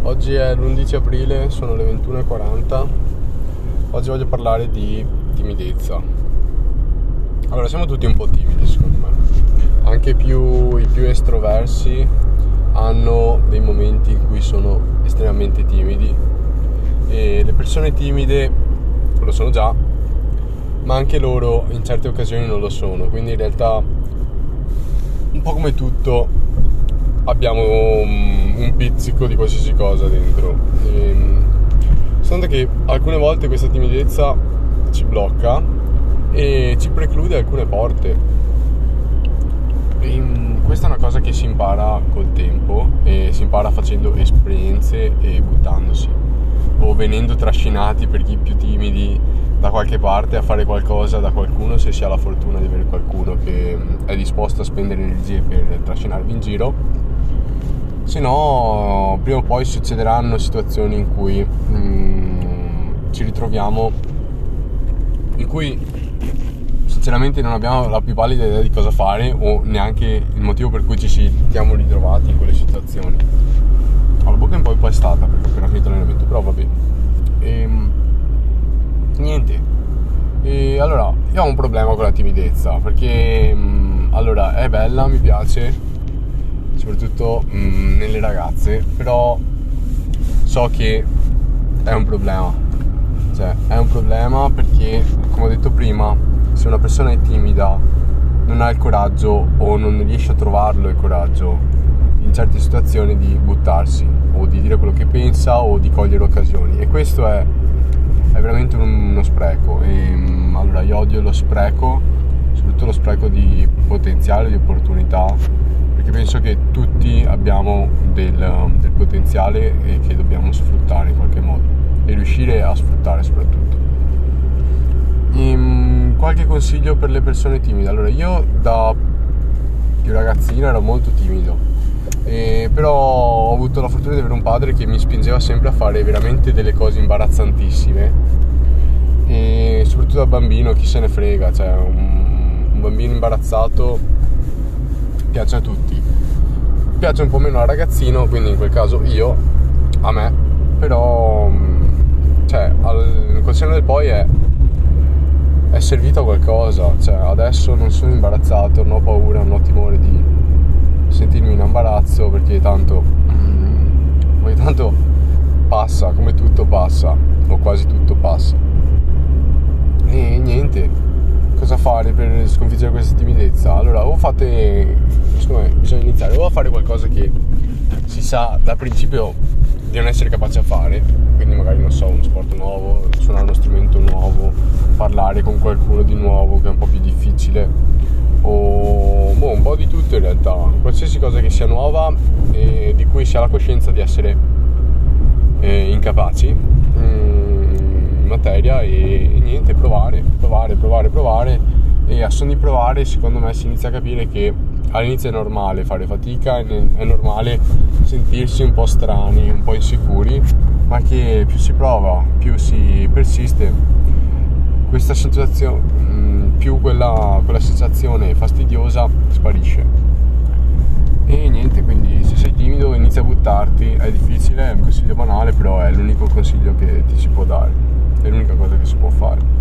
Oggi è l'11 aprile, sono le 21:40. Oggi voglio parlare di timidezza. Allora, siamo tutti un po' timidi, secondo me. Anche i più estroversi hanno dei momenti in cui sono estremamente timidi, e le persone timide lo sono già, ma anche loro in certe occasioni non lo sono. Quindi in realtà, un po' come tutto, abbiamo un pizzico di qualsiasi cosa dentro. Soltanto che alcune volte questa timidezza ci blocca e ci preclude alcune porte. Questa è una cosa che si impara col tempo, e si impara facendo esperienze e buttandosi, o venendo trascinati, per chi più timidi, da qualche parte a fare qualcosa da qualcuno, se si ha la fortuna di avere qualcuno che è disposto a spendere energie per trascinarvi in giro. Se no, prima o poi succederanno situazioni in cui ci ritroviamo, in cui sinceramente non abbiamo la più pallida idea di cosa fare, o neanche il motivo per cui ci siamo ritrovati in quelle situazioni. La bocca è un po' impastata perché ho appena finito l'allenamento, però va bene. Niente. E allora, io ho un problema con la timidezza, perché allora è bella, mi piace, soprattutto nelle ragazze, però so che è un problema. Cioè, è un problema perché, come ho detto prima, se una persona è timida, non ha il coraggio, o non riesce a trovarlo il coraggio in certe situazioni, di buttarsi, o di dire quello che pensa, o di cogliere occasioni. E questo è veramente uno spreco. Allora, io odio lo spreco, soprattutto lo spreco di potenziale, di opportunità, perché penso che tutti abbiamo del potenziale e che dobbiamo sfruttare in qualche modo, e riuscire a sfruttare soprattutto. Qualche consiglio per le persone timide. Allora, io da più ragazzino ero molto timido, però ho avuto la fortuna di avere un padre che mi spingeva sempre a fare veramente delle cose imbarazzantissime, e soprattutto da bambino chi se ne frega, cioè un bambino imbarazzato piace a tutti, piace un po' meno al ragazzino, quindi in quel caso a me, però cioè col senno del poi è servito a qualcosa. Cioè, adesso non sono imbarazzato, non ho paura, non ho timore di sentirmi in imbarazzo, perché tanto passa, come tutto passa, o quasi tutto passa. E niente, cosa fare per sconfiggere questa timidezza? Allora, secondo me bisogna iniziare o a fare qualcosa che si sa dal principio di non essere capace a fare, quindi magari, non so, uno sport nuovo, suonare uno strumento nuovo, parlare con qualcuno di nuovo che è un po' più difficile, o un po' di tutto in realtà, qualsiasi cosa che sia nuova e di cui si ha la coscienza di essere incapaci in materia, e niente, provare, e a son di provare, secondo me, si inizia a capire che all'inizio è normale fare fatica, è normale sentirsi un po' strani, un po' insicuri, ma che più si prova, più si persiste, questa sensazione, più quella sensazione fastidiosa sparisce. E niente, quindi se sei timido inizia a buttarti. È difficile, è un consiglio banale, però è l'unico consiglio che ti si può dare, è l'unica cosa che si può fare.